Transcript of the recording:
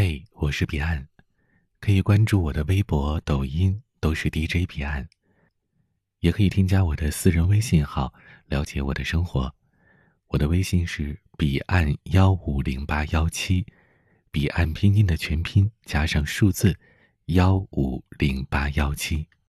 嘿，我是彼岸，可以关注我的微博、抖音，都是 DJ 彼岸。也可以添加我的私人微信号，了解我的生活。我的微信是彼岸150817，彼岸拼音的全拼加上数字1508117。